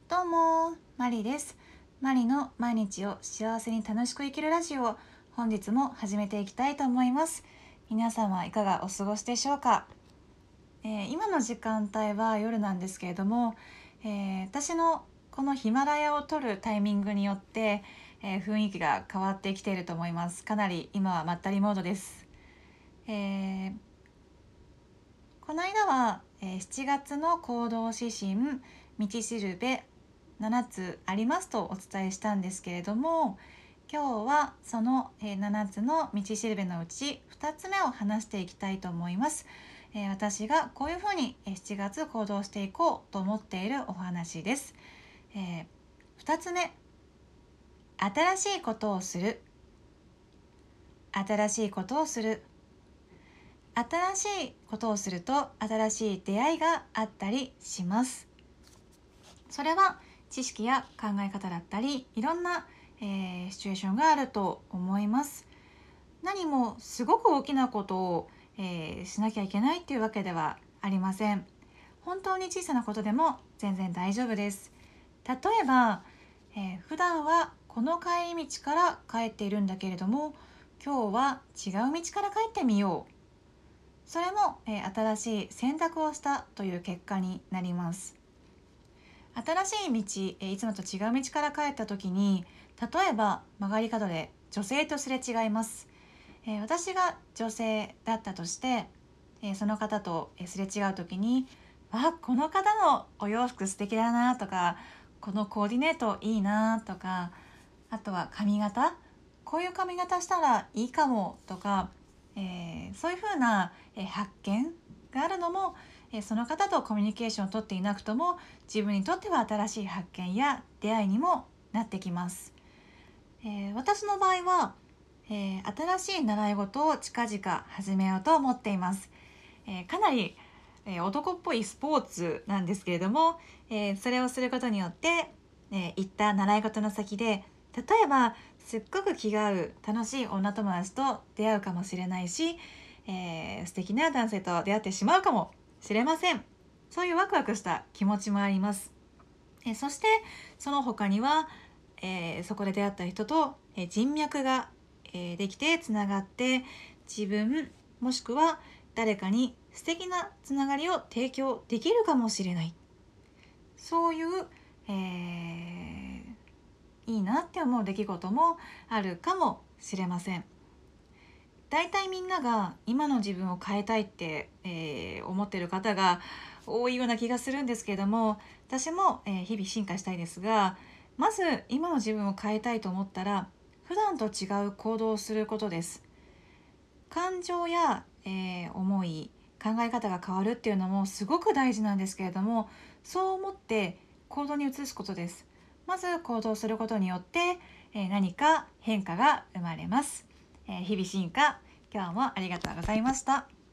どうも、マリです。マリの毎日を幸せに楽しく生きるラジオを本日も始めていきたいと思います。皆様いかがお過ごしでしょうか。今の時間帯は夜なんですけれども、私のこのヒマラヤを撮るタイミングによって、雰囲気が変わってきていると思います。かなり今はまったりモードです。この間は、7月の行動指針道しるべ7つありますとお伝えしたんですけれども、今日はその7つの道しるべのうち2つ目を話していきたいと思います。私がこういうふうに7月行動していこうと思っているお話です。2つ目、新しいことをする。新しいことをする。新しいことをすると新しい出会いがあったりします。それは知識や考え方だったりいろんな、シチュエーションがあると思います。何もすごく大きなことを、しなきゃいけないっていうわけではありません。本当に小さなことでも全然大丈夫です。例えば、普段はこの帰り道から帰っているんだけれども、今日は違う道から帰ってみよう。それも、新しい選択をしたという結果になります。新しい道、いつもと違う道から帰った時に、例えば曲がり角で女性とすれ違います。私が女性だったとして、その方とすれ違う時に、この方のお洋服素敵だなとか、このコーディネートいいなとか、あとは髪型、こういう髪型したらいいかもとか、そういうふうな、発見があるのも、その方とコミュニケーションをとっていなくとも自分にとっては新しい発見や出会いにもなってきます。私の場合は、新しい習い事を近々始めようと思っています。かなり、男っぽいスポーツなんですけれども、それをすることによって、行った習い事の先で例えばすっごく気が合う楽しい女友達と出会うかもしれないし、素敵な男性と出会ってしまうかもしれません。そういうワクワクした気持ちもあります。そしてその他には、そこで出会った人と、人脈が、できてつながって自分もしくは誰かに素敵なつながりを提供できるかもしれない。そういう、いいなって思う出来事もあるかもしれません。だいたいみんなが今の自分を変えたいって、思っている方が多いような気がするんですけれども、私も、日々進化したいですが、まず今の自分を変えたいと思ったら普段と違う行動をすることです。感情や、思い考え方が変わるっていうのもすごく大事なんですけれども、そう思って行動に移すことです。まず行動することによって、何か変化が生まれます。日々進化、今日もありがとうございました。